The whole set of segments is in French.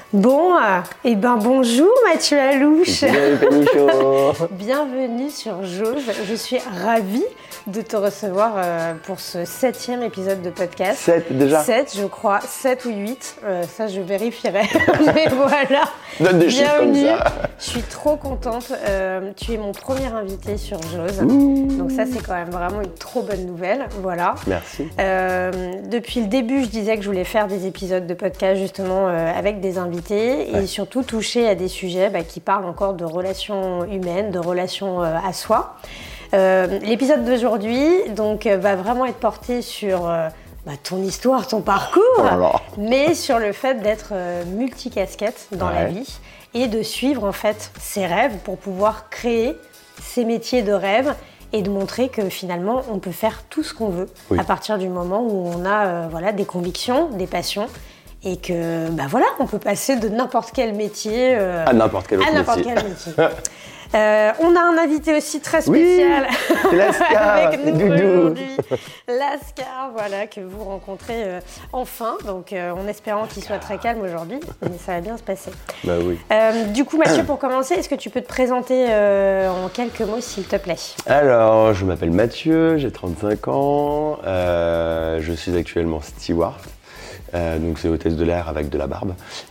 Bon, bonjour Mathieu Alouche. Bienvenue Pénichon. Bienvenue sur Jauge. Je suis ravie de te recevoir pour ce 7e épisode de podcast. 7 déjà 7 je crois, 7 ou 8, ça je vérifierai. Mais voilà, donne des chiffres comme bienvenue. ça. Je suis trop contente, tu es mon premier invité sur Jauge. Donc ça c'est quand même vraiment une trop bonne nouvelle, voilà. Merci. Depuis le début je disais que je voulais faire des épisodes de podcast justement avec des invités et surtout toucher à des sujets qui parlent encore de relations humaines, de relations à soi. L'épisode d'aujourd'hui donc va vraiment être porté sur ton histoire, ton parcours, mais sur le fait d'être multicasquette dans la vie et de suivre en fait ses rêves pour pouvoir créer ses métiers de rêve et de montrer que finalement on peut faire tout ce qu'on veut à partir du moment où on a des convictions, des passions. Et que, on peut passer de n'importe quel métier à n'importe quel autre métier. On a un invité aussi très spécial avec nous aujourd'hui. Lascar, que vous rencontrez enfin. Donc, en espérant qu'il soit très calme aujourd'hui, mais ça va bien se passer. Bah oui. Du coup, Mathieu, pour commencer, est-ce que tu peux te présenter en quelques mots, s'il te plaît ? Alors, je m'appelle Mathieu, j'ai 35 ans, je suis actuellement steward. Donc c'est hôtesse de l'air avec de la barbe.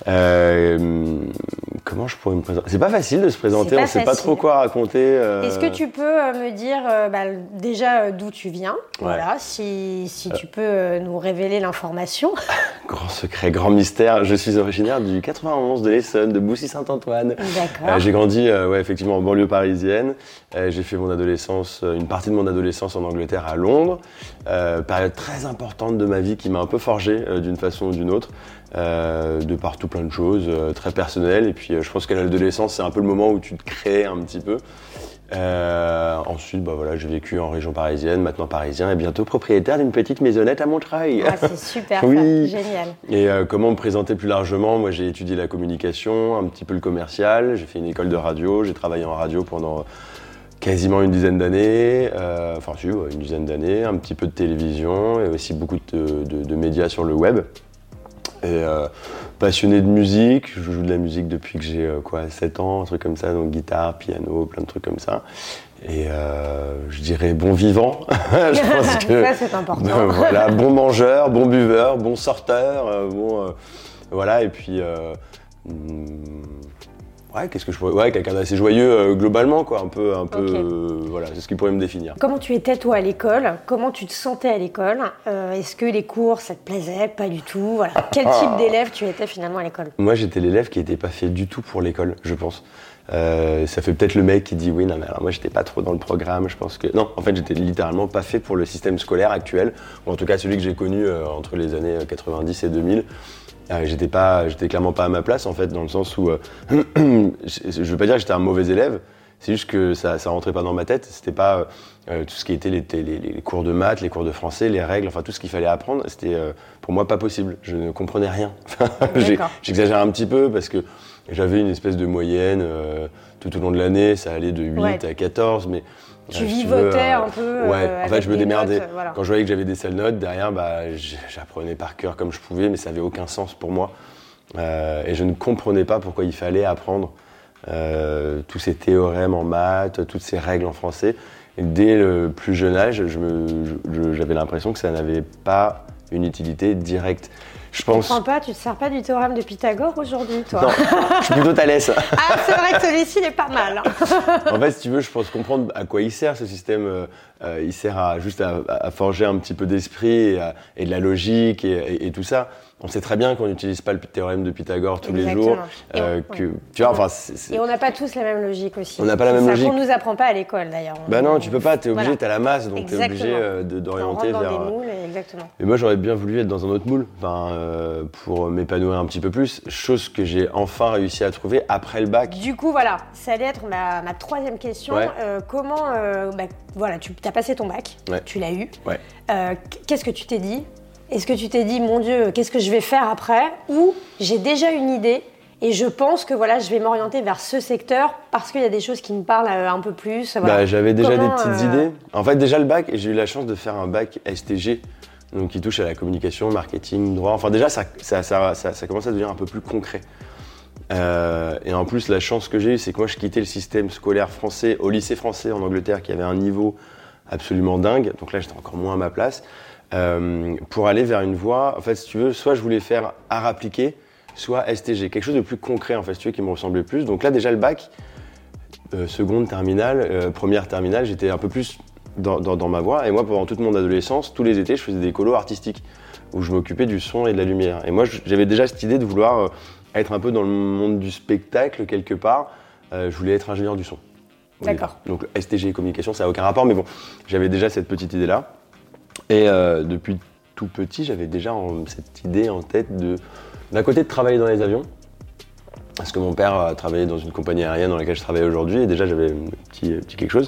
Comment je pourrais me présenter ? C'est pas facile de se présenter, on ne sait pas trop quoi raconter. Est-ce que tu peux me dire déjà d'où tu viens ? Voilà, si tu peux nous révéler l'information. Grand secret, grand mystère. Je suis originaire du 91 de l'Essonne, de Boussy-Saint-Antoine. D'accord. J'ai grandi effectivement en banlieue parisienne. J'ai fait une partie de mon adolescence en Angleterre, à Londres. Période très importante de ma vie qui m'a un peu forgé d'une façon ou d'une autre. De partout plein de choses, très personnelles. Et puis je pense qu'à l'adolescence, c'est un peu le moment où tu te crées un petit peu. Ensuite, j'ai vécu en région parisienne, maintenant parisien et bientôt propriétaire d'une petite maisonnette à Montreuil. Ah, c'est super, oui. Ça, génial. Et comment me présenter plus largement ? Moi, j'ai étudié la communication, un petit peu le commercial, j'ai fait une école de radio, j'ai travaillé en radio pendant quasiment une dizaine d'années, une dizaine d'années, un petit peu de télévision et aussi beaucoup de médias sur le web. Et passionné de musique, je joue de la musique depuis que j'ai 7 ans, un truc comme ça, donc guitare, piano, plein de trucs comme ça. Et je dirais bon vivant, je pense que ça c'est important. Bon mangeur, bon buveur, bon sorteur, et puis qu'est-ce que je pourrais... quelqu'un d'assez joyeux globalement, un peu, c'est ce qui pourrait me définir. Comment tu étais toi à l'école ? Comment tu te sentais à l'école ? Est-ce que les cours, ça te plaisait ? Pas du tout. Quel type d'élève tu étais finalement à l'école ? Moi, j'étais l'élève qui n'était pas fait du tout pour l'école, je pense. Ça fait peut-être le mec qui dit oui, non mais alors moi j'étais pas trop dans le programme, je pense que... Non, en fait j'étais littéralement pas fait pour le système scolaire actuel, ou en tout cas celui que j'ai connu entre les années 90 et 2000. J'étais clairement pas à ma place en fait, dans le sens où je veux pas dire que j'étais un mauvais élève, c'est juste que ça rentrait pas dans ma tête. C'était pas tout ce qui était les cours de maths, les cours de français, les règles, tout ce qu'il fallait apprendre, c'était pour moi pas possible. Je ne comprenais rien. J'exagère un petit peu parce que j'avais une espèce de moyenne tout au long de l'année, ça allait de 8 à 14, mais tu vivotais un peu. En fait, je me démerdais. Notes, Quand je voyais que j'avais des sales notes, derrière, j'apprenais par cœur comme je pouvais, mais ça n'avait aucun sens pour moi. Et je ne comprenais pas pourquoi il fallait apprendre tous ces théorèmes en maths, toutes ces règles en français. Et dès le plus jeune âge, j'avais l'impression que ça n'avait pas une utilité directe. Je comprends pas, tu te sers pas du théorème de Pythagore aujourd'hui, toi ? Non, je suis plutôt Thalès. Ah, c'est vrai que celui-ci, il est pas mal. En fait, si tu veux, je pense comprendre à quoi il sert, ce système. Il sert à forger un petit peu d'esprit et de la logique et tout ça. On sait très bien qu'on n'utilise pas le théorème de Pythagore tous les jours. Et on n'a pas tous la même logique aussi. On n'a pas la même logique. On nous apprend pas à l'école d'ailleurs. Non, tu peux pas, t'es obligé, t'as la masse, donc t'es obligé d'orienter vers... des moules, exactement. Et moi, j'aurais bien voulu être dans un autre moule, pour m'épanouir un petit peu plus, chose que j'ai enfin réussi à trouver après le bac. Du coup, ça allait être ma troisième question. Ouais. Comment, tu as passé ton bac, tu l'as eu. Ouais. Qu'est-ce que tu t'es dit ? Est-ce que tu t'es dit, mon Dieu, qu'est-ce que je vais faire après ? Ou j'ai déjà une idée et je pense que je vais m'orienter vers ce secteur parce qu'il y a des choses qui me parlent un peu plus. J'avais déjà des petites idées. En fait, déjà le bac, j'ai eu la chance de faire un bac STG. donc qui touche à la communication, marketing, droit. Enfin déjà, ça commence à devenir un peu plus concret. Et en plus, la chance que j'ai eue, c'est que moi, je quittais le système scolaire français au lycée français en Angleterre, qui avait un niveau absolument dingue. Donc là, j'étais encore moins à ma place. Pour aller vers une voie, en fait, si tu veux, soit je voulais faire art appliqué, soit STG, quelque chose de plus concret, en fait, si tu veux, qui me ressemblait plus. Donc là, déjà, le bac, seconde terminale, première terminale, j'étais un peu plus dans ma voie. Et moi, pendant toute mon adolescence, tous les étés, je faisais des colos artistiques, où je m'occupais du son et de la lumière. Et moi, j'avais déjà cette idée de vouloir être un peu dans le monde du spectacle, quelque part. Je voulais être ingénieur du son. D'accord. Donc STG et communication, ça n'a aucun rapport, mais bon, j'avais déjà cette petite idée-là. Et depuis tout petit, j'avais déjà cette idée en tête d'un côté de travailler dans les avions, parce que mon père a travaillé dans une compagnie aérienne dans laquelle je travaille aujourd'hui, et déjà j'avais un petit quelque chose.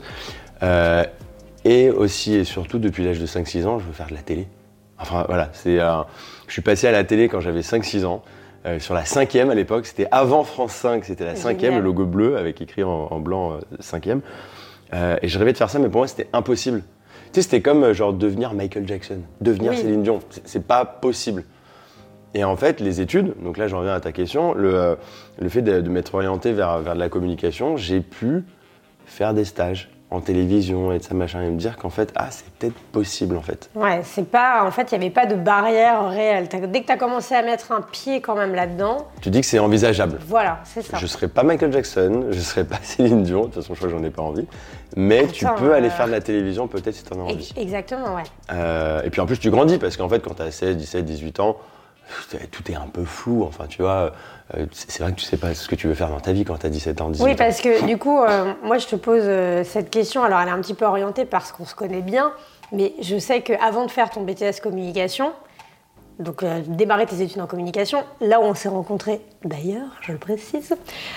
Et aussi et surtout, depuis l'âge de 5-6 ans, je veux faire de la télé. Enfin voilà, je suis passé à la télé quand j'avais 5-6 ans, sur la 5e à l'époque, c'était avant France 5, c'était la 5e, le logo bleu avec écrit en blanc 5e. Et je rêvais de faire ça, mais pour moi c'était impossible. Tu sais, c'était comme genre devenir Michael Jackson, devenir Céline Dion, c'est pas possible. Et en fait, les études, donc là j'en reviens à ta question, le fait de m'être orienté vers de la communication, j'ai pu faire des stages en télévision et de ça machin, et me dire qu'en fait, c'est peut-être possible en fait. Ouais, en fait, il n'y avait pas de barrière réelle. Dès que tu as commencé à mettre un pied quand même là-dedans... Tu dis que c'est envisageable. Voilà, c'est ça. Je ne serai pas Michael Jackson, je ne serai pas Céline Dion, de toute façon je crois que j'en ai pas envie, mais tu peux aller faire de la télévision peut-être si tu en as envie. Exactement, ouais. Et puis en plus tu grandis, parce qu'en fait quand tu as 16, 17, 18 ans, tout est un peu flou, enfin tu vois, c'est vrai que tu sais pas ce que tu veux faire dans ta vie quand tu as 17 ans, 18 ans. Oui, parce que du coup, moi je te pose cette question, alors elle est un petit peu orientée parce qu'on se connaît bien, mais je sais qu'avant de faire ton BTS communication, donc démarrer tes études en communication, là où on s'est rencontrés d'ailleurs, je le précise,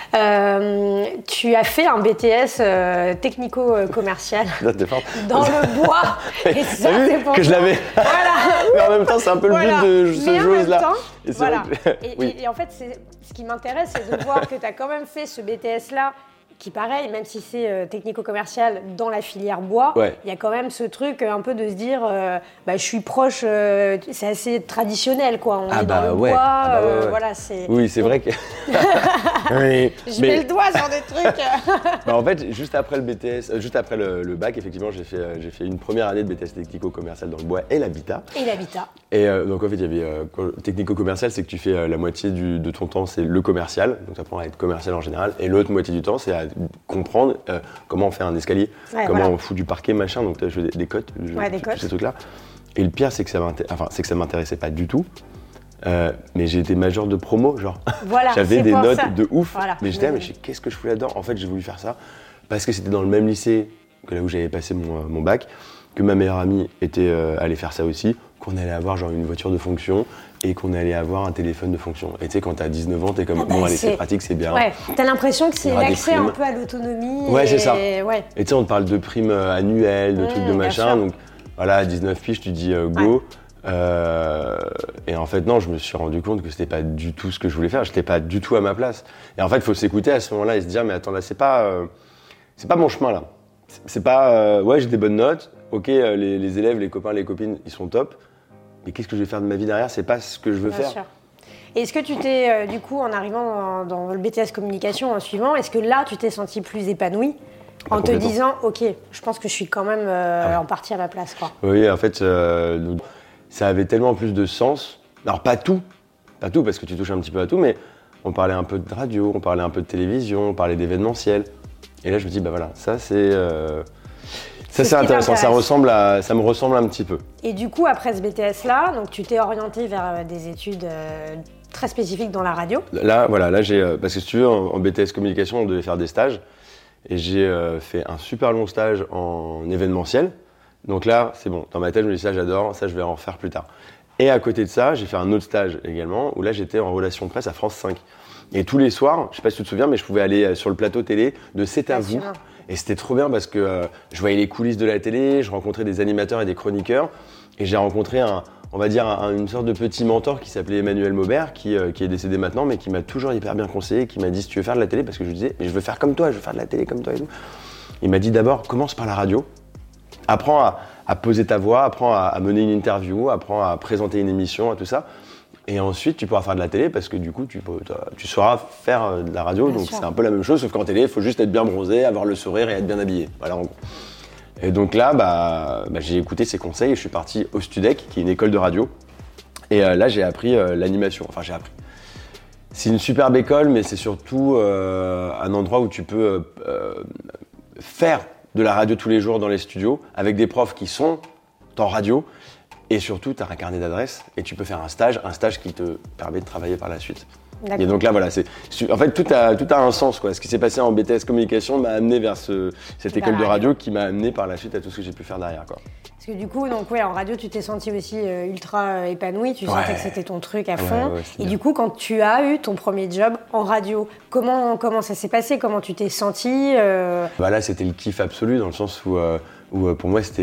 tu as fait un BTS technico-commercial dans le bois. Et ça, c'est pour que je l'avais. Voilà. Mais en même temps, c'est un peu le but de ce jeu-là. Et, voilà. Et en fait, ce qui m'intéresse, c'est de voir que tu as quand même fait ce BTS-là, qui pareil, même si c'est technico-commercial dans la filière bois, il y a quand même ce truc un peu de se dire, je suis proche, c'est assez traditionnel, quoi. On est dans le bois, voilà, c'est... Oui, c'est vrai que... Je mets le doigt sur des trucs. En fait, juste après le BTS, juste après le bac, effectivement, j'ai fait une première année de BTS technico-commercial dans le bois et l'habitat. Et donc en fait, il y avait technico-commercial, c'est que tu fais la moitié de ton temps, c'est le commercial, donc tu apprends à être commercial en général, et l'autre moitié du temps, c'est à comprendre comment on fait un escalier, comment on fout du parquet, machin, donc je fais des cotes, ces trucs-là. Et le pire, c'est que ça m'intéressait pas du tout. Mais j'ai été major de promo, genre. Voilà, j'avais des notes de ouf. Voilà. Mais j'étais mais qu'est-ce que je fous là-dedans? En fait, j'ai voulu faire ça parce que c'était dans le même lycée que là où j'avais passé mon bac, que ma meilleure amie était allée faire ça aussi, qu'on allait avoir genre une voiture de fonction et qu'on allait avoir un téléphone de fonction. Et tu sais, quand t'as 19 ans, t'es comme bon, allez, c'est pratique, c'est bien. Ouais, t'as l'impression que c'est l'accès un peu à l'autonomie. Ouais, c'est ça. Ouais. Et tu sais, on te parle de primes annuelles, de trucs de machin. Donc voilà, à 19 piges, tu dis go. Et en fait, non, je me suis rendu compte que c'était pas du tout ce que je voulais faire. J'étais pas du tout à ma place. Et en fait, il faut s'écouter à ce moment-là et se dire, mais attends, là, c'est pas mon chemin, là. C'est pas, ouais, j'ai des bonnes notes. Ok, les élèves, les copains, les copines, ils sont top. Mais qu'est-ce que je vais faire de ma vie derrière? C'est pas ce que je veux faire. Sûr. Et est-ce que tu t'es, du coup, en arrivant dans le BTS communication en suivant, est-ce que là, tu t'es senti plus épanoui en te disant, ok, je pense que je suis quand même en partie à ma place, quoi. Oui, en fait, ça avait tellement plus de sens. Alors, pas tout, parce que tu touches un petit peu à tout, mais on parlait un peu de radio, on parlait un peu de télévision, on parlait d'événementiel. Et là, je me dis, bah voilà, ça, c'est intéressant, ça me ressemble un petit peu. Et du coup, après ce BTS-là, donc tu t'es orienté vers des études très spécifiques dans la radio. Là, j'ai, parce que si tu veux, en BTS communication, on devait faire des stages. Et j'ai fait un super long stage en événementiel. Donc là, c'est bon, dans ma tête, je me dis ça, j'adore, ça, je vais en refaire plus tard. Et à côté de ça, j'ai fait un autre stage également, où là, j'étais en relation presse à France 5. Et tous les soirs, je sais pas si tu te souviens, mais je pouvais aller sur le plateau télé de C'est à vous. Et c'était trop bien parce que je voyais les coulisses de la télé, je rencontrais des animateurs et des chroniqueurs. Et j'ai rencontré une sorte de petit mentor qui s'appelait Emmanuel Maubert, qui est décédé maintenant, mais qui m'a toujours hyper bien conseillé, qui m'a dit, si tu veux faire de la télé, parce que je lui disais, mais je veux faire comme toi, je veux faire de la télé comme toi et tout. Il m'a dit d'abord, commence par la radio, apprends à poser ta voix, apprends à mener une interview, apprends à présenter une émission, à tout ça. Et ensuite, tu pourras faire de la télé parce que du coup, tu sauras faire de la radio. Bien donc sûr. c'est un peu la même chose, sauf qu'en télé, il faut juste être bien bronzé, avoir le sourire et être bien habillé. Voilà, en gros. Et donc là, j'ai écouté ses conseils et je suis parti au Studec, qui est une école de radio. Et là, j'ai appris l'animation. Enfin, j'ai appris. C'est une superbe école, mais c'est surtout un endroit où tu peux faire de la radio tous les jours dans les studios avec des profs qui sont en radio. Et surtout, tu as un carnet d'adresses et tu peux faire un stage qui te permet de travailler par la suite. D'accord. Et donc là, voilà, en fait, tout a un sens, quoi. Ce qui s'est passé en BTS communication m'a amené vers cette école de radio qui m'a amené par la suite à tout ce que j'ai pu faire derrière, quoi. Parce que du coup, en radio, tu t'es senti aussi ultra épanoui, tu sentais que c'était ton truc à fond. Et du coup, quand tu as eu ton premier job en radio, comment ça s'est passé? Comment tu t'es senti Là, c'était le kiff absolu dans le sens où pour moi, c'était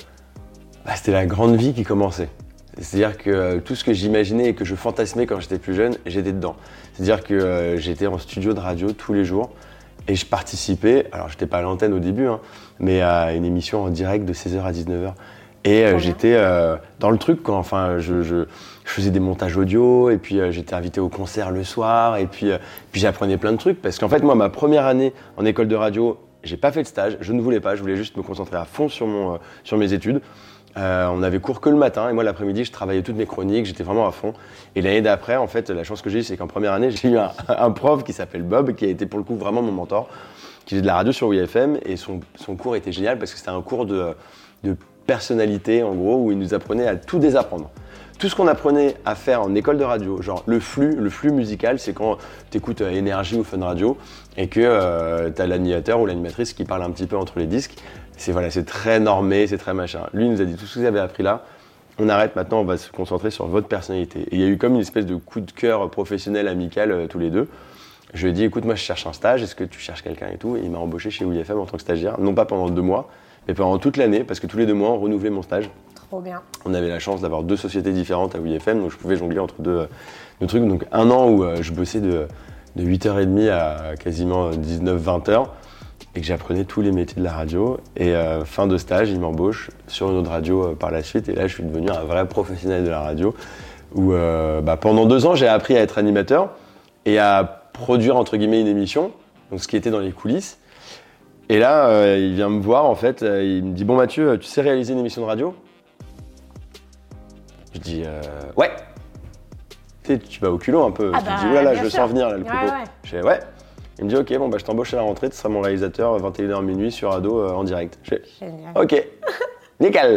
la grande vie qui commençait. C'est-à-dire que tout ce que j'imaginais et que je fantasmais quand j'étais plus jeune, j'étais dedans. C'est-à-dire que j'étais en studio de radio tous les jours et je participais, alors j'étais pas à l'antenne au début, mais à une émission en direct de 16h à 19h. Et j'étais dans le truc, quoi. Enfin, je faisais des montages audio et puis j'étais invité au concert le soir et puis j'apprenais plein de trucs. Parce qu'en fait, moi, ma première année en école de radio, j'ai pas fait de stage, je ne voulais pas, je voulais juste me concentrer à fond sur mes études. On avait cours que le matin et moi l'après-midi je travaillais toutes mes chroniques, j'étais vraiment à fond. Et l'année d'après, en fait, la chance que j'ai eue, c'est qu'en première année, j'ai eu un prof qui s'appelle Bob, qui a été pour le coup vraiment mon mentor, qui faisait de la radio sur WFM et son cours était génial parce que c'était un cours de personnalité en gros où il nous apprenait à tout désapprendre. Tout ce qu'on apprenait à faire en école de radio, genre le flux musical, c'est quand tu écoutes Énergie ou Fun Radio et que tu as l'animateur ou l'animatrice qui parle un petit peu entre les disques. C'est très normé, c'est très machin. Lui, il nous a dit tout ce que vous avez appris là, on arrête maintenant, on va se concentrer sur votre personnalité. Et il y a eu comme une espèce de coup de cœur professionnel, amical, tous les deux. Je lui ai dit, écoute, moi je cherche un stage, est-ce que tu cherches quelqu'un et tout? Et il m'a embauché chez WFM en tant que stagiaire, non pas pendant 2 mois, mais pendant toute l'année, parce que tous les 2 mois, on renouvelait mon stage. Trop bien. On avait la chance d'avoir 2 sociétés différentes à WFM, donc je pouvais jongler entre deux trucs. Donc un an où je bossais de 8h30 à quasiment 19-20h et que j'apprenais tous les métiers de la radio. Et fin de stage, il m'embauche sur une autre radio par la suite. Et là, je suis devenu un vrai professionnel de la radio où pendant 2 ans, j'ai appris à être animateur et à produire entre guillemets une émission, donc ce qui était dans les coulisses. Et là, il vient me voir en fait, il me dit « Bon Mathieu, tu sais réaliser une émission de radio ?» Je dis « Ouais !» Tu sais, tu vas au culot un peu. Je dis « Oh là là, je le sens venir là, le couteau. » Je fais « Ouais !» Il me dit « Ok, bon je t'embauche à la rentrée, tu seras mon réalisateur 21h minuit sur Ado en direct. » Je fais « Ok, nickel !»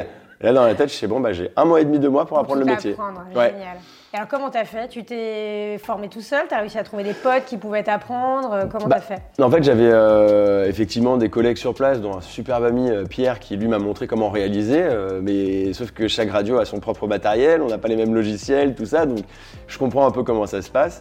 Là dans la tête, je sais j'ai 1 mois et demi, 2 mois pour apprendre le métier. Ouais. Génial. Et alors comment t'as fait? Tu t'es formé tout seul? T'as réussi à trouver des potes qui pouvaient t'apprendre? Comment t'as fait? En fait, j'avais effectivement des collègues sur place, dont un superbe ami Pierre qui lui m'a montré comment réaliser, mais sauf que chaque radio a son propre matériel, on n'a pas les mêmes logiciels, tout ça, donc je comprends un peu comment ça se passe.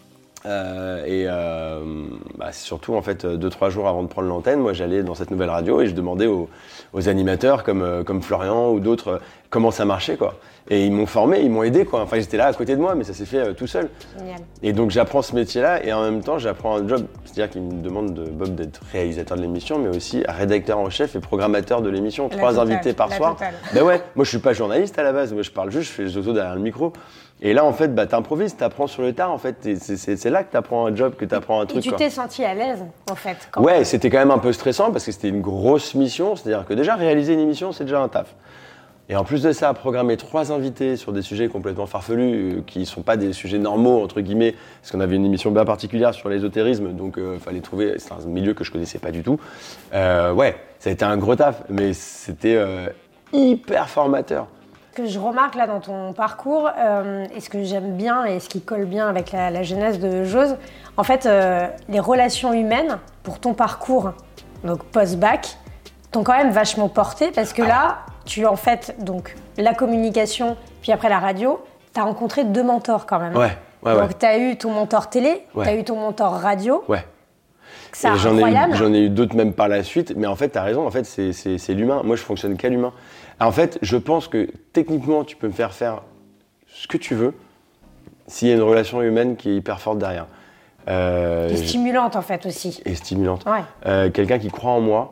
C'est surtout en fait 2-3 jours avant de prendre l'antenne, moi j'allais dans cette nouvelle radio et je demandais aux animateurs comme Florian ou d'autres comment ça marchait quoi. Et ils m'ont formé, ils m'ont aidé quoi. Enfin ils étaient là à côté de moi mais ça s'est fait tout seul. Génial. Et donc j'apprends ce métier-là et en même temps j'apprends un job, c'est-à-dire qu'il me demande de Bob d'être réalisateur de l'émission mais aussi rédacteur en chef et programmateur de l'émission, 3 invités par soir. Ben ouais, moi je suis pas journaliste à la base, moi je parle juste, je fais les autos derrière le micro. Et là, en fait, t'improvises, t'apprends sur le tard, en fait. C'est là que t'apprends un job, que t'apprends un truc. Et tu t'es senti à l'aise, en fait? Ouais, c'était quand même un peu stressant parce que c'était une grosse mission. C'est-à-dire que déjà, réaliser une émission, c'est déjà un taf. Et en plus de ça, programmer 3 invités sur des sujets complètement farfelus, qui ne sont pas des sujets normaux, entre guillemets, parce qu'on avait une émission bien particulière sur l'ésotérisme, donc fallait trouver, c'est un milieu que je connaissais pas du tout. Ouais, ça a été un gros taf, mais c'était hyper formateur. Ce que je remarque là dans ton parcours, et ce que j'aime bien et ce qui colle bien avec la jeunesse de Jose, en fait, les relations humaines pour ton parcours, donc post-bac, t'ont quand même vachement porté parce que là, tu en fait donc la communication, puis après la radio, t'as rencontré 2 mentors quand même. Ouais. Donc t'as eu ton mentor télé, t'as eu ton mentor radio. Ouais. C'est incroyable. J'en ai eu d'autres même par la suite, mais en fait, t'as raison, en fait, c'est l'humain. Moi, je fonctionne qu'à l'humain. En fait, je pense que techniquement, tu peux me faire ce que tu veux s'il y a une relation humaine qui est hyper forte derrière. Et stimulante, en fait, aussi. Et stimulante. Ouais. Quelqu'un qui croit en moi,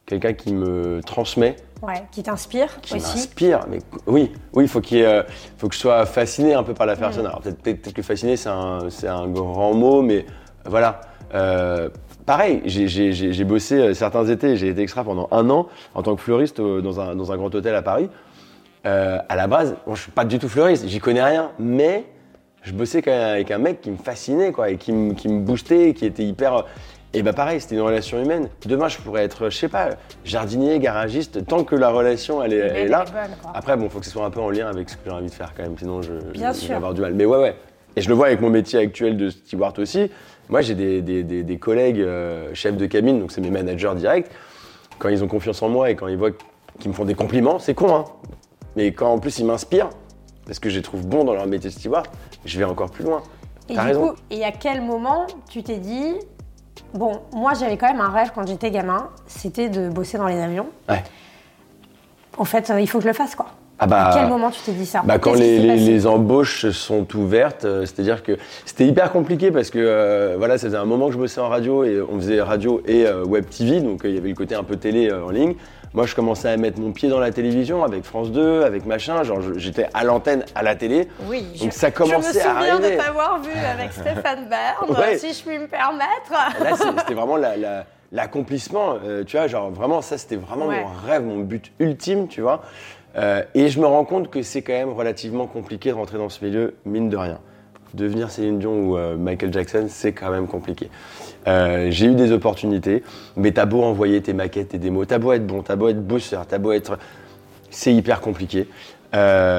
quelqu'un qui me transmet. Ouais, qui t'inspire Qui aussi. m'inspire, mais oui, faut que je sois fasciné un peu par la personne. Alors peut-être que fasciné c'est un grand mot, mais voilà. Pareil, j'ai bossé certains étés, j'ai été extra pendant 1 an en tant que fleuriste dans un grand hôtel à Paris. À la base, bon, je suis pas du tout fleuriste, j'y connais rien, mais je bossais quand même avec un mec qui me fascinait, quoi, et qui me boostait, qui était hyper. Et bah pareil, c'était une relation humaine. Demain, je pourrais être, je sais pas, jardinier, garagiste, tant que la relation elle est là. Bonne, quoi. Après, bon, faut que ce soit un peu en lien avec ce que j'ai envie de faire quand même, sinon je vais avoir du mal. Mais ouais. Et je le vois avec mon métier actuel de steward aussi. Moi, j'ai des collègues chefs de cabine, donc c'est mes managers directs. Quand ils ont confiance en moi et quand ils voient qu'ils me font des compliments, c'est con, hein. Mais quand en plus ils m'inspirent, parce que je les trouve bons dans leur métier de steward, je vais encore plus loin. T'as raison. Et à quel moment tu t'es dit, bon, moi j'avais quand même un rêve quand j'étais gamin, c'était de bosser dans les avions. Ouais. En fait, il faut que je le fasse, quoi. Ah bah, à quel moment tu t'es dit ça? Quand les embauches sont ouvertes, c'est-à-dire que c'était hyper compliqué parce que voilà, ça faisait un moment que je bossais en radio et on faisait radio et web TV, donc il y avait le côté un peu télé en ligne. Moi, je commençais à mettre mon pied dans la télévision avec France 2, avec machin, genre j'étais à l'antenne, à la télé. Oui, donc ça commençait à arriver. Je me souviens de t'avoir vu avec Stéphane Bern, Ouais. si je puis me permettre. Là, c'était vraiment l'accomplissement, tu vois, genre vraiment, ça c'était vraiment mon rêve, mon but ultime, tu vois. Et je me rends compte que c'est quand même relativement compliqué de rentrer dans ce milieu, mine de rien. Devenir Céline Dion ou Michael Jackson, c'est quand même compliqué. J'ai eu des opportunités, mais t'as beau envoyer tes maquettes, tes démos, t'as beau être bon, t'as beau être bosseur, t'as beau être... C'est hyper compliqué. Et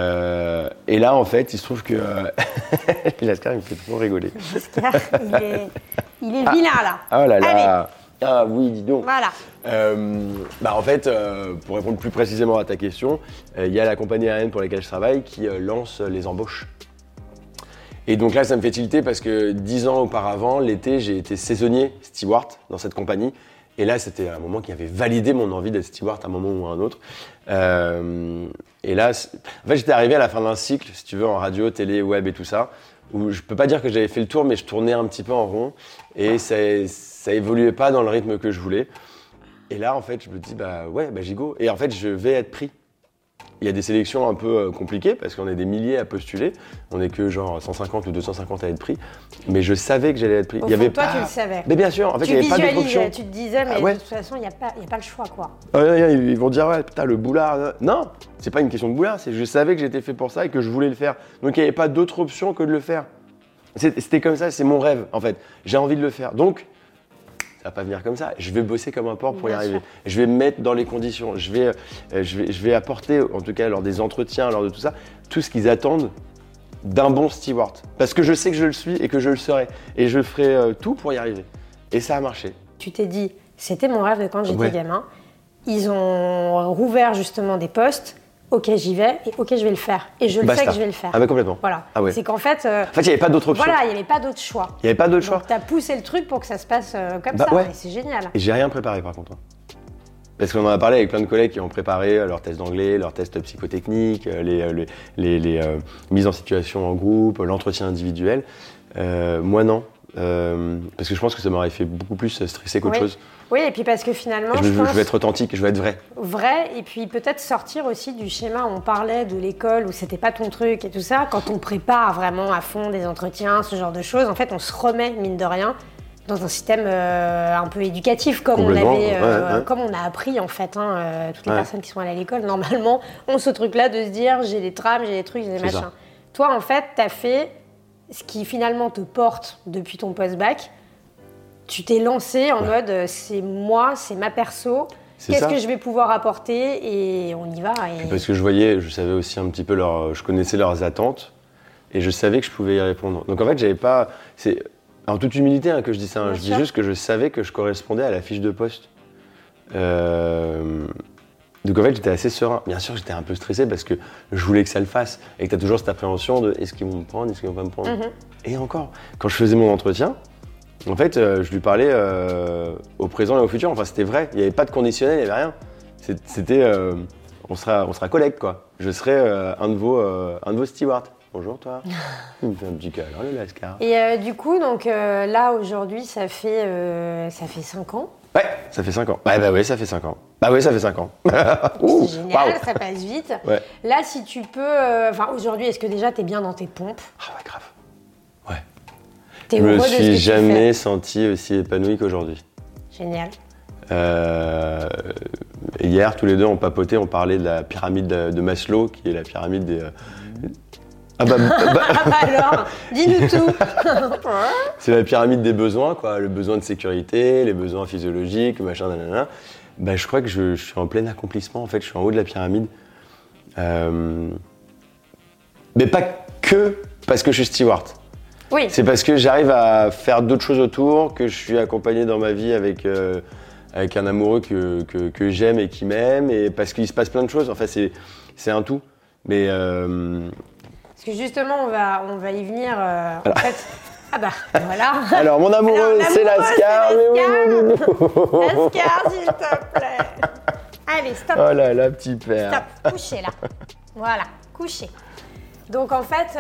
là, en fait, il se trouve que... Lascar, il me fait trop rigoler. Lascar, il est vilain, là. Oh là là. Allez. Ah oui, dis donc. Voilà. En fait, pour répondre plus précisément à ta question, il y a la compagnie aérienne pour laquelle je travaille qui lance les embauches. Et donc là, ça me fait tilter parce que 10 ans auparavant, l'été, j'ai été saisonnier steward dans cette compagnie. Et là, c'était un moment qui avait validé mon envie d'être steward à un moment ou à un autre. Et là, en fait, j'étais arrivé à la fin d'un cycle, si tu veux, en radio, télé, web et tout ça, où je peux pas dire que j'avais fait le tour, mais je tournais un petit peu en rond. Et ça évoluait pas dans le rythme que je voulais. Et là, en fait, je me dis, gigo. Et en fait, je vais être pris. Il y a des sélections un peu compliquées parce qu'on est des milliers à postuler. On n'est que genre 150 ou 250 à être pris. Mais je savais que j'allais être pris. Au fond, toi, tu le savais. Mais bien sûr, en fait, il n'y avait pas d'autre option. Tu te disais, mais de toute façon, il n'y a pas le choix, quoi. Ils vont dire, ouais, putain, le boulard. Non, c'est pas une question de boulard, c'est que je savais que j'étais fait pour ça et que je voulais le faire. Donc, il n'y avait pas d'autre option que de le faire. C'était comme ça, c'est mon rêve, en fait. J'ai envie de le faire. Donc, ça va pas venir comme ça. Je vais bosser comme un porc pour y arriver. Je vais me mettre dans les conditions. Je vais apporter, en tout cas lors des entretiens, lors de tout ça, tout ce qu'ils attendent d'un bon steward. Parce que je sais que je le suis et que je le serai. Et je ferai tout pour y arriver. Et ça a marché. Tu t'es dit, c'était mon rêve de quand j'étais gamin. Ils ont rouvert justement des postes. Ok, j'y vais et ok, je vais le faire. Et je le sais que je vais le faire. Ah, mais complètement. Voilà. Ah, ouais. C'est qu'en fait. En fait, il n'y avait pas d'autre option. Voilà, il n'y avait pas d'autre choix. Il n'y avait pas d'autre choix. Donc, tu as poussé le truc pour que ça se passe comme ça. Ouais. Et c'est génial. Et j'ai rien préparé par contre. Parce qu'on en a parlé avec plein de collègues qui ont préparé leurs tests d'anglais, leurs tests psychotechniques, les mises en situation en groupe, l'entretien individuel. Moi, non. Parce que je pense que ça m'aurait fait beaucoup plus stresser qu'autre chose. Oui, et puis parce que finalement, je veux être authentique, je veux être vrai. Vrai, et puis peut-être sortir aussi du schéma où on parlait de l'école, où c'était pas ton truc et tout ça. Quand on prépare vraiment à fond des entretiens, ce genre de choses, en fait, on se remet, mine de rien, dans un système un peu éducatif, comme on avait, comme on a appris, en fait. Toutes les personnes qui sont allées à l'école, normalement, ont ce truc-là de se dire, j'ai des trames, j'ai des trucs, j'ai des machins. Ça. Toi, en fait, t'as fait ce qui finalement te porte depuis ton post-bac. Tu t'es lancé en mode c'est moi, c'est ma perso, qu'est-ce que je vais pouvoir apporter et on y va. Parce que je savais aussi un petit peu je connaissais leurs attentes et je savais que je pouvais y répondre. Donc en fait, j'avais pas. C'est en toute humilité que je dis ça, je dis juste que je savais que je correspondais à la fiche de poste. Donc en fait, j'étais assez serein. Bien sûr, j'étais un peu stressé parce que je voulais que ça le fasse et que tu as toujours cette appréhension de est-ce qu'ils vont me prendre, est-ce qu'ils vont pas me prendre. Et encore, quand je faisais mon entretien, en fait, je lui parlais au présent et au futur. Enfin, c'était vrai. Il n'y avait pas de conditionnel, il n'y avait rien. C'était, on sera collègues, quoi. Je serai un de vos stewards. Bonjour, toi. Il me fait un petit câlin, le Lascar. Et du coup, donc là, aujourd'hui, ça fait 5 ans. Ouais, ça fait 5 ans. Ouais, ça fait 5 ans. Bah oui, ça fait 5 ans. C'est génial, Wow. ça passe vite. Ouais. Là, si tu peux... aujourd'hui, est-ce que déjà, t'es bien dans tes pompes? Ah ouais, grave. Ouais. T'es Je heureux me de ce que suis tu jamais senti aussi épanoui qu'aujourd'hui. fais? Génial. Hier, tous les deux, on papotait, on parlait de la pyramide de Maslow, qui est la pyramide des... Ah bah, Alors, dis-nous tout. c'est la pyramide des besoins, quoi. Le besoin de sécurité, les besoins physiologiques, machin, nanana. Bah, je crois que je suis en plein accomplissement, en fait. Je suis en haut de la pyramide. Mais pas que parce que je suis steward. Oui. C'est parce que j'arrive à faire d'autres choses autour, que je suis accompagné dans ma vie avec un amoureux que j'aime et qui m'aime, et parce qu'il se passe plein de choses. Enfin, c'est un tout. Mais Parce que justement, on va y venir. En fait, ah bah voilà. alors, mon amoureux, c'est Lascar. c'est Mais oui, Lascar. oui, oui. Lascar, s'il te plaît. Allez, stop. Oh là là, petit père. Stop. Couchez là. Voilà, couchez. Donc en fait,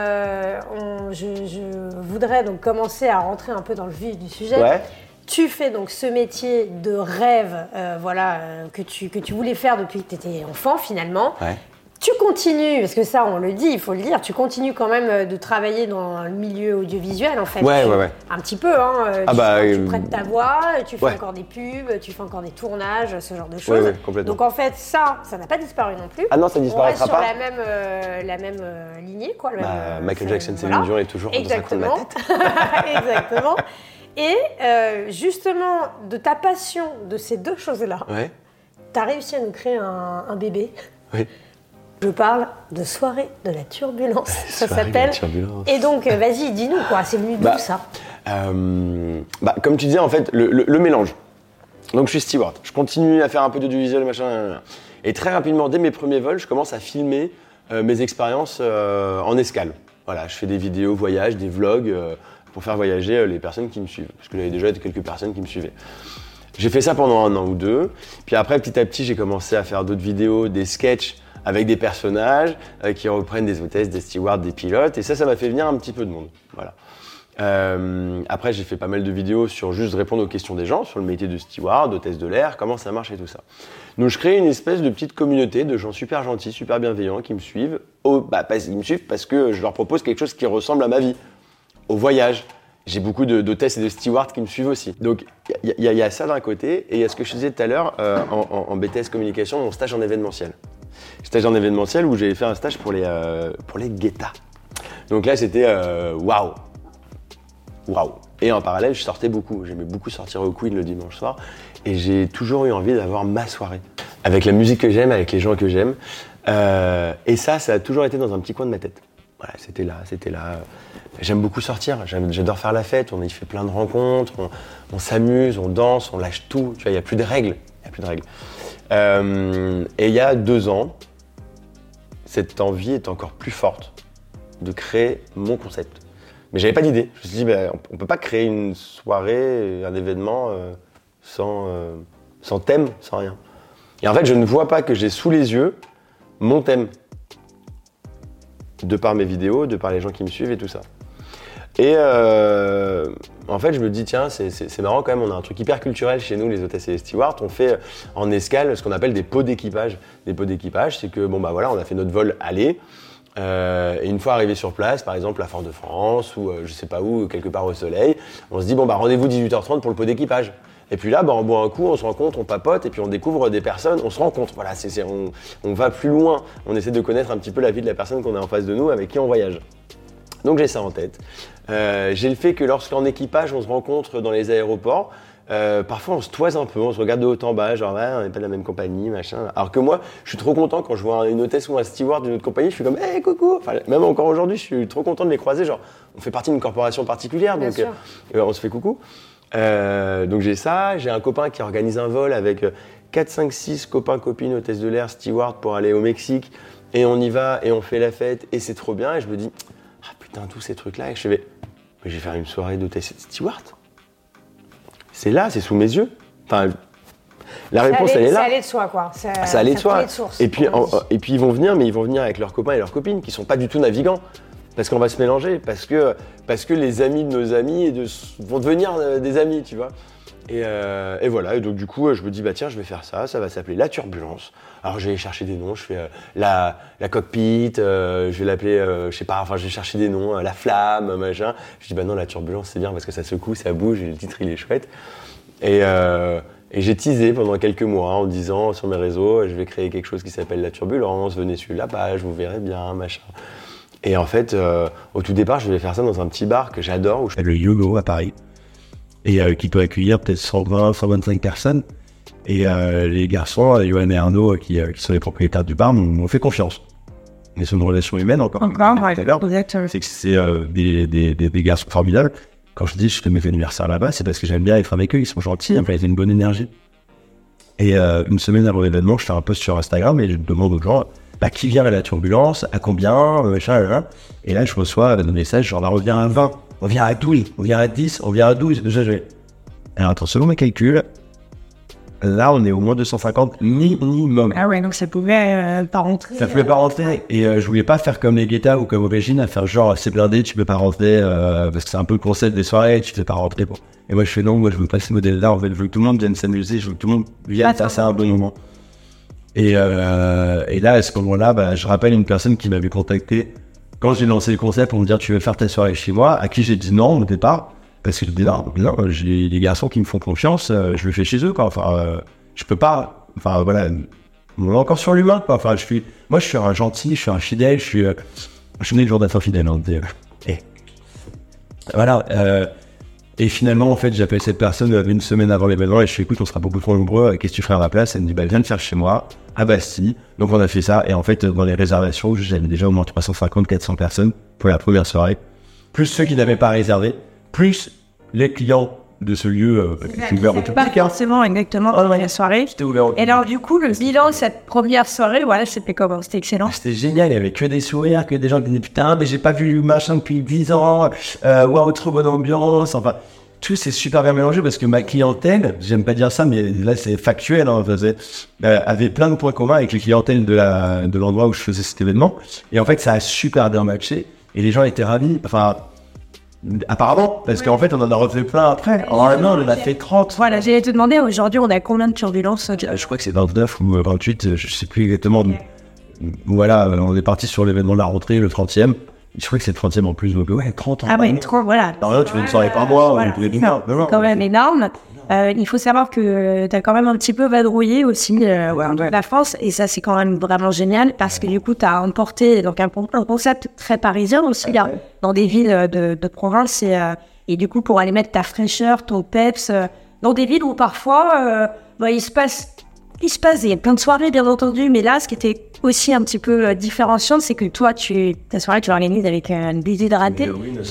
je voudrais donc commencer à rentrer un peu dans le vif du sujet. Ouais. Tu fais donc ce métier de rêve, que tu voulais faire depuis que tu étais enfant finalement. Ouais. Tu continues, parce que ça on le dit, il faut le dire, tu continues quand même de travailler dans le milieu audiovisuel en fait. Ouais, ouais, ouais. Un petit peu, hein. Tu prêtes ta voix, tu fais ouais. encore des pubs, tu fais encore des tournages, ce genre de choses. Ouais, ouais, complètement. Donc en fait, ça n'a pas disparu non plus. Ah non, ça disparaîtra On reste pas. sur la même lignée, quoi. Michael Jackson, Céline Dion est toujours dans un coin de ma tête. Exactement. Et justement, de ta passion de ces deux choses-là, Ouais. tu as réussi à nous créer un bébé. Oui. Je parle de Soirée de la Turbulence, ça Soirée de s'appelle. la Turbulence. Et donc, vas-y, dis-nous, quoi, c'est venu d'où ça? Comme tu disais, en fait, le mélange. Donc, je suis steward. Je continue à faire un peu d'audiovisuel, machin. Et très rapidement, dès mes premiers vols, je commence à filmer mes expériences en escale. Voilà, je fais des vidéos voyages, des vlogs pour faire voyager les personnes qui me suivent. Parce que j'avais déjà quelques personnes qui me suivaient. J'ai fait ça pendant 1 an ou 2. Puis après, petit à petit, j'ai commencé à faire d'autres vidéos, des sketchs avec des personnages qui reprennent des hôtesses, des stewards, des pilotes. Et ça m'a fait venir un petit peu de monde. Voilà. Après, j'ai fait pas mal de vidéos sur juste répondre aux questions des gens, sur le métier de steward, d'hôtesse de l'air, comment ça marche et tout ça. Donc, je crée une espèce de petite communauté de gens super gentils, super bienveillants qui me suivent. Ils me suivent parce que je leur propose quelque chose qui ressemble à ma vie, au voyage. J'ai beaucoup d'hôtesses et de stewards qui me suivent aussi. Donc, il y a ça d'un côté, et il y a ce que je disais tout à l'heure en BTS communication, mon stage en événementiel. Stage en événementiel où j'avais fait un stage pour les guettas. Donc là, c'était waouh. Et en parallèle, je sortais beaucoup. J'aimais beaucoup sortir au Queen le dimanche soir. Et j'ai toujours eu envie d'avoir ma soirée. Avec la musique que j'aime, avec les gens que j'aime. Et ça a toujours été dans un petit coin de ma tête. Voilà, c'était là. J'aime beaucoup sortir. J'adore faire la fête. On y fait plein de rencontres. On s'amuse, on danse, on lâche tout. Tu vois, il n'y a plus de règles. Et il y a 2 ans, cette envie est encore plus forte de créer mon concept. Mais j'avais pas d'idée. Je me suis dit, on peut pas créer une soirée, un événement sans thème, sans rien. Et en fait, je ne vois pas que j'ai sous les yeux mon thème. De par mes vidéos, de par les gens qui me suivent et tout ça. Et en fait, je me dis, tiens, c'est marrant quand même, on a un truc hyper culturel chez nous, les hôtesses et les stewards. On fait en escale ce qu'on appelle des pots d'équipage. Des pots d'équipage, c'est que, on a fait notre vol aller. Et une fois arrivé sur place, par exemple à Fort-de-France ou je sais pas où, quelque part au soleil, on se dit, rendez-vous 18h30 pour le pot d'équipage. Et puis là, on boit un coup, on se rencontre, on papote, et puis on découvre des personnes, on se rencontre. Voilà, on va plus loin. On essaie de connaître un petit peu la vie de la personne qu'on a en face de nous, avec qui on voyage. Donc j'ai ça en tête. J'ai le fait que lorsqu'en équipage, on se rencontre dans les aéroports, parfois on se toise un peu, on se regarde de haut en bas, genre on n'est pas de la même compagnie, machin. Alors que moi, je suis trop content quand je vois une hôtesse ou un steward d'une autre compagnie, je suis comme hey, coucou. Enfin, même encore aujourd'hui, je suis trop content de les croiser. Genre, on fait partie d'une corporation particulière, donc on se fait coucou. Donc j'ai ça, j'ai un copain qui organise un vol avec 4, 5, 6 copains, copines, hôtesses de l'air, steward pour aller au Mexique. Et on y va et on fait la fête et c'est trop bien. Et je me dis, putain, tous ces trucs-là. Et je fais, mais je vais faire une soirée d'hôtesse et de steward. C'est là, c'est sous mes yeux. Enfin, la réponse, elle est là. Ça allait de soi, quoi. Ça allait de soi. Et puis ils vont venir, mais ils vont venir avec leurs copains et leurs copines qui sont pas du tout navigants. Parce qu'on va se mélanger, parce que les amis de nos amis vont devenir des amis, tu vois. Et voilà, et donc du coup, je me dis, bah tiens, je vais faire ça va s'appeler La Turbulence. Alors j'ai cherché des noms, je fais la cockpit, je vais l'appeler, je sais pas, enfin j'ai cherché des noms, La Flamme, machin. Je dis, bah non, La Turbulence, c'est bien parce que ça secoue, ça bouge, et le titre, il est chouette. Et j'ai teasé pendant quelques mois en disant sur mes réseaux, je vais créer quelque chose qui s'appelle La Turbulence, venez suivre la page, vous verrez bien, machin. Et en fait, au tout départ, je voulais faire ça dans un petit bar que j'adore, où je fais le YOLO à Paris. Et qui peut accueillir peut-être 120, 125 personnes. Et les garçons, Johan et Arnaud, qui sont les propriétaires du bar, m'ont fait confiance. Mais c'est une relation humaine encore. C'est que c'est des garçons formidables. Quand je dis je fais mes anniversaires là-bas, c'est parce que j'aime bien être avec eux, ils sont gentils, enfin, ils ont une bonne énergie. Et une semaine avant l'événement, je fais un post sur Instagram et je demande aux gens qui vient à La Turbulence, à combien, machin. Et là, je reçois des messages genre, on vient à 20. On vient à 12, on vient à 10, on vient à 12. Déjà, alors, attends, selon mes calculs, là, on est au moins 250 minimum. Ah ouais, donc ça pouvait pas rentrer. Ça pouvait pas rentrer. Et je voulais pas faire comme les Guetta ou comme Origine, à faire genre, c'est blindé, tu peux pas rentrer, parce que c'est un peu le concept des soirées, tu fais pas rentrer. Bon. Et moi, je fais non, moi, je veux pas ce modèle-là. En fait, je veux que tout le monde vienne s'amuser, je veux que tout le monde vienne passer un bon moment. Et là, à ce moment-là, je rappelle une personne qui m'avait contacté quand j'ai lancé le concept pour me dire tu veux faire ta soirée chez moi, à qui j'ai dit non au départ, parce que je dis non, j'ai des garçons qui me font confiance, je le fais chez eux, quoi. Enfin, je peux pas, enfin voilà, on est encore sur l'humain, quoi. Enfin, je suis un gentil, je suis un fidèle, je suis né le jour d'être fidèle, hein, et voilà. Et finalement, en fait, j'appelle cette personne une semaine avant l'événement et je fais écoute, on sera beaucoup trop nombreux, qu'est-ce que tu ferais à ma place? Elle me dit viens le faire chez moi, à Bastille. Donc on a fait ça et en fait, dans les réservations, j'avais déjà au moins 350-400 personnes pour la première soirée, plus ceux qui n'avaient pas réservé, plus les clients de ce lieu qui est ouvert au public. Forcément, exactement, la soirée. C'était ouvert au public. Et alors du coup, le bilan de cette première soirée, voilà, c'était comment? C'était excellent. C'était génial, il y avait que des sourires, que des gens qui disaient putain, mais j'ai pas vu machin depuis 10 ans, waouh, trop bonne ambiance, enfin... Tout c'est super bien mélangé parce que ma clientèle, j'aime pas dire ça, mais là c'est factuel, hein, avait plein de points communs avec les clientèles de l'endroit où je faisais cet événement. Et en fait, ça a super bien matché et les gens étaient ravis. Enfin, apparemment, parce qu'en fait, on en a refait plein après. En un an, on en a fait 30. Voilà, j'allais te demander, aujourd'hui, on a combien de turbulences? Je crois que c'est 29 ou 28, je sais plus exactement. Voilà, on est parti sur l'événement de la rentrée, le 30e. Je crois que c'est le 30e en plus, donc ouais, 30 ans. Ah ouais, 30, voilà. Non, tu fais une soirée par mois, voilà. C'est quand même énorme. Il faut savoir que tu as quand même un petit peu vadrouillé aussi la France, et ça c'est quand même vraiment génial parce que du coup tu as emporté donc, un concept très parisien aussi dans des villes de province et du coup pour aller mettre ta fraîcheur, ton peps dans des villes où parfois il se passe, il y a plein de soirées bien entendu, mais là ce qui était aussi un petit peu différenciant, c'est que toi ta soirée tu l'organises avec un déshydratée.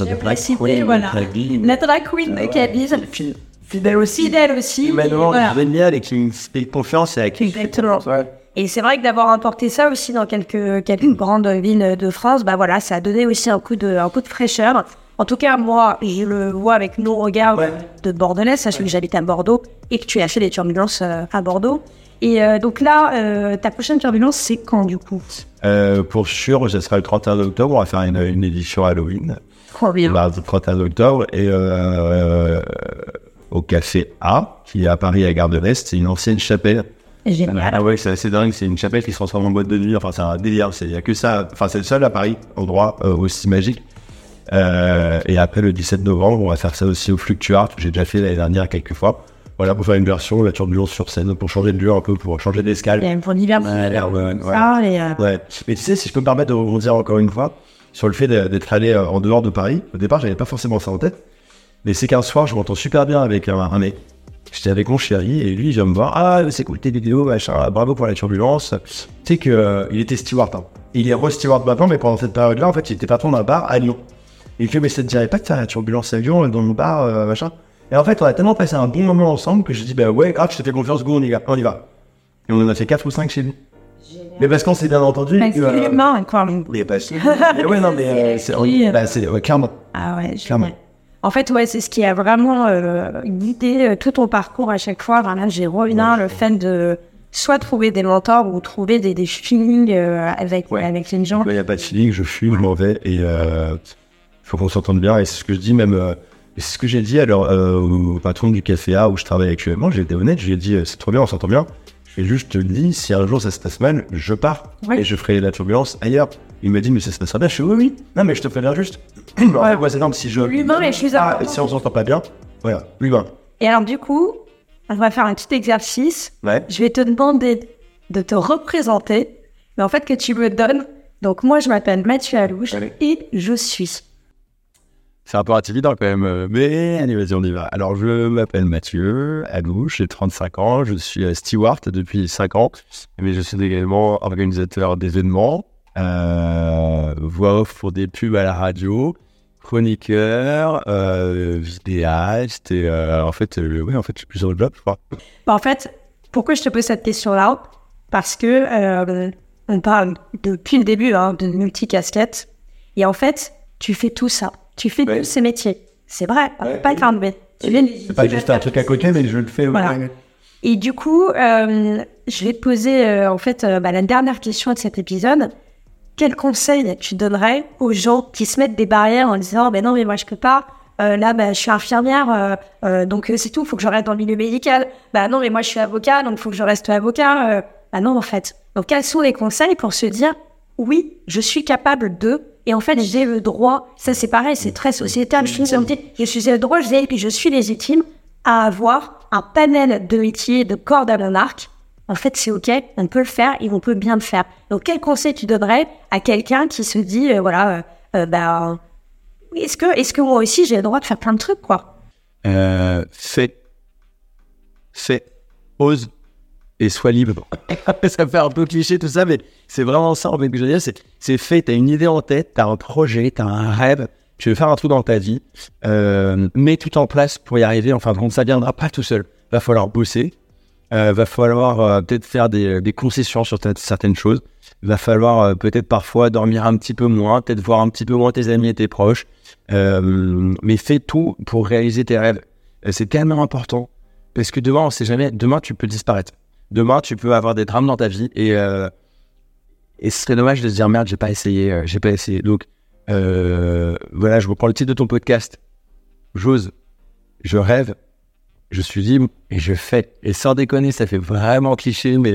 La drag queen de Cabise. Fidèle aussi. Humainement, génial et qui me fait confiance et à qui. Exactement. Et c'est vrai que d'avoir importé ça aussi dans quelques grandes villes de France, voilà, ça a donné aussi un coup de fraîcheur. En tout cas, moi, je le vois avec nos regards de Bordelais, sachant que j'habite à Bordeaux et que tu as fait des turbulences à Bordeaux. Et donc là, ta prochaine turbulence, c'est quand du coup? Pour sûr, ce sera le 31 octobre, on va faire une édition Halloween. Trop bien. Le 31 octobre et au Café A, qui est à Paris à Gare de l'Est, c'est une ancienne chapelle. Génial. Ah ouais, c'est assez dingue, c'est une chapelle qui se transforme en boîte de nuit, enfin c'est un délire, il n'y a que ça, enfin c'est le seul à Paris, endroit aussi magique. Et après le 17 novembre, on va faire ça aussi au Fluctuart, que j'ai déjà fait l'année dernière quelques fois. Voilà, pour faire une version, la turbulence sur scène, pour changer de lieu un peu, pour changer d'escale. Il y a pour l'hiver. Ouais. Mais tu sais, si je peux me permettre de rebondir encore une fois, sur le fait d'être allé en dehors de Paris, au départ, j'avais pas forcément ça en tête. Mais c'est qu'un soir, je m'entends super bien avec un mec. J'étais avec mon chéri et lui, il vient me voir. Ah, c'est cool tes vidéos, machin, bravo pour la turbulence. Tu sais qu'il était steward. Hein. Il est re-steward maintenant, mais pendant cette période-là, en fait, il était patron d'un bar à Lyon. Et il fait, mais ça te dirait pas de faire la turbulence à Lyon, dans le bar, machin. Et en fait, on a tellement passé un bon moment ensemble que je dis, ouais, grave, je te fais confiance, go, on y va. Et on en a fait 4 ou 5 chez lui. Génial. Mais parce qu'on s'est bien entendu. C'est humain, quoi. Mais pas sûr. Mais ouais, non, mais c'est clairement. Ah ouais, clairement. En fait, ouais, c'est ce qui a vraiment guidé tout ton parcours à chaque fois. Là, j'ai revu le fait de soit trouver des mentors ou trouver des feelings avec les gens. Il n'y a pas de feeling, je fume, je m'en vais et il faut qu'on s'entende bien. Et c'est ce que je dis même Et c'est ce que j'ai dit alors au patron du café A où je travaille actuellement. J'ai été honnête, je lui ai dit c'est trop bien, on s'entend bien. Je vais juste te le dire, si un jour ça se passe mal, je pars et je ferai la turbulence ailleurs. Il m'a dit mais ça se passera bien. Je suis oui. Non mais je te préviens juste. Ouais, c'est énorme si je. L'humain est plus important. Si on s'entend pas bien, voilà, l'humain. Et alors du coup, on va faire un petit exercice. Ouais. Je vais te demander de te représenter, mais en fait que tu me donnes. Donc moi je m'appelle Mathieu Alouche et je suis. C'est un peu intimidant quand même, mais allez, vas-y, on y va. Alors, je m'appelle Mathieu Alouche, j'ai 35 ans, je suis steward depuis 5 ans, mais je suis également organisateur d'événements, voix off pour des pubs à la radio, chroniqueur, vidéaste, et en fait, je suis plusieurs jobs, je crois. En fait, pourquoi je te pose cette question-là ? Parce que on parle depuis le début de multicasquettes, et en fait, tu fais tout ça. Tu fais tous ces métiers. C'est vrai, on ne peut pas t'enlever. C'est pas juste un truc à côté, mais je le fais. Voilà. Et du coup, je vais te poser la dernière question de cet épisode. Quel conseil tu donnerais aux gens qui se mettent des barrières en disant « non, mais moi je peux pas. Je suis infirmière, donc c'est tout, il faut que je reste dans le milieu médical. Non, mais moi je suis avocat, donc il faut que je reste avocat. Non, en fait. Donc quels sont les conseils pour se dire « oui, je suis capable de... » Et en fait, j'ai le droit, ça c'est pareil, c'est très sociétal, je suis le droit, et puis je suis légitime à avoir un panel de métiers, de cordes à mon arc. En fait, c'est OK, on peut le faire et on peut bien le faire. Donc, quel conseil tu donnerais à quelqu'un qui se dit, est-ce que moi aussi j'ai le droit de faire plein de trucs, quoi ? Fais, ose et sois libre. Ça fait un peu cliché tout ça, mais c'est vraiment ça en fait que je veux dire, c'est fait, t'as une idée en tête, t'as un projet, t'as un rêve, tu veux faire un truc dans ta vie, mets tout en place pour y arriver, enfin ça viendra pas tout seul, va falloir bosser, va falloir peut-être faire des concessions sur certaines choses, va falloir peut-être parfois dormir un petit peu moins, peut-être voir un petit peu moins tes amis et tes proches, mais fais tout pour réaliser tes rêves. C'est tellement important, parce que demain on sait jamais, demain tu peux disparaître. Demain, tu peux avoir des drames dans ta vie et ce serait dommage de se dire merde, j'ai pas essayé. Donc voilà, je reprends le titre de ton podcast. J'ose, je rêve, je suis libre et je fais. Et sans déconner, ça fait vraiment cliché, mais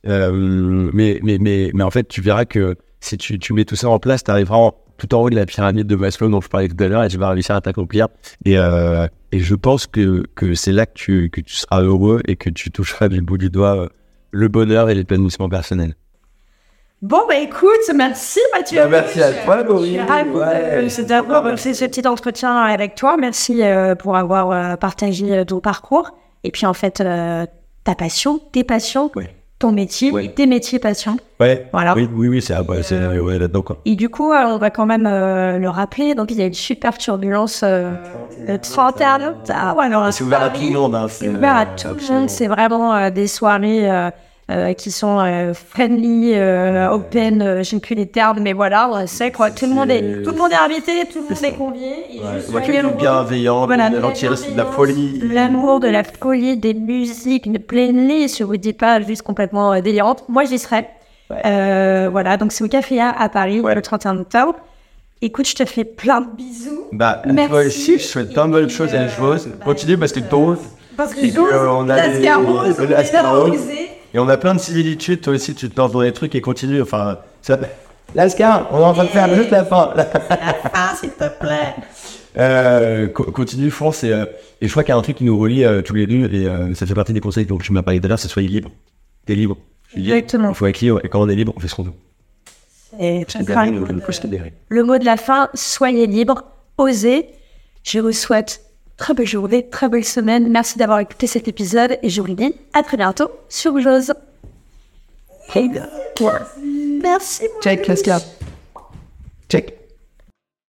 en fait, tu verras que si tu mets tout ça en place, tu arriveras tout en haut de la pyramide de Maslow dont je parlais tout à l'heure et tu vas réussir à t'accomplir. Et je pense que c'est là que tu seras heureux et que tu toucheras du bout du doigt le bonheur et l'épanouissement personnel. Bon, écoute, merci Mathieu. Merci à toi, Laurie. D'avoir fait ce petit entretien avec toi. Merci pour avoir partagé ton parcours. Et puis, en fait, ta passion, tes passions, ton métier, tes métiers passions. Voilà. Oui, c'est là-dedans, quoi. Et du coup, on va quand même le rappeler. Donc, il y a une super turbulence le 31 octobre. C'est ouvert à tout le monde. C'est ouvert à tout le monde. C'est vraiment des soirées qui sont friendly, open, je ne sais plus les termes, mais voilà, on sait quoi. Tout le monde est invité, tout le monde est convié. Quelqu'un de bienveillant, de gentillesse, de la folie. L'amour, de la folie, des musiques, une playlist, je vous dis pas juste complètement délirante. Moi, j'y serai. Voilà, donc c'est au Café A à Paris, le 31 octobre. Écoute, je te fais plein de bisous. Merci. Toi aussi, je souhaite plein de bonnes choses à la chose. Continue parce que on a et on a plein de similitudes. Toi aussi, tu te lances dans des trucs et continue. Enfin, Lascar, on est en train de faire juste la fin. La fin, s'il te plaît. Continue, fonce. Et je crois qu'il y a un truc qui nous relie tous les deux. Et ça fait partie des conseils dont tu m'as parlé tout à l'heure, c'est soyez libre. T'es libre. Exactement. Il faut être libre. Et quand on est libre, on fait ce qu'on veut. Le mot de la fin, soyez libre, osez. Je vous souhaite très belle journée, très belle semaine. Merci d'avoir écouté cet épisode et je vous dis à très bientôt sur J'ose. Merci. Check, let's go. Check.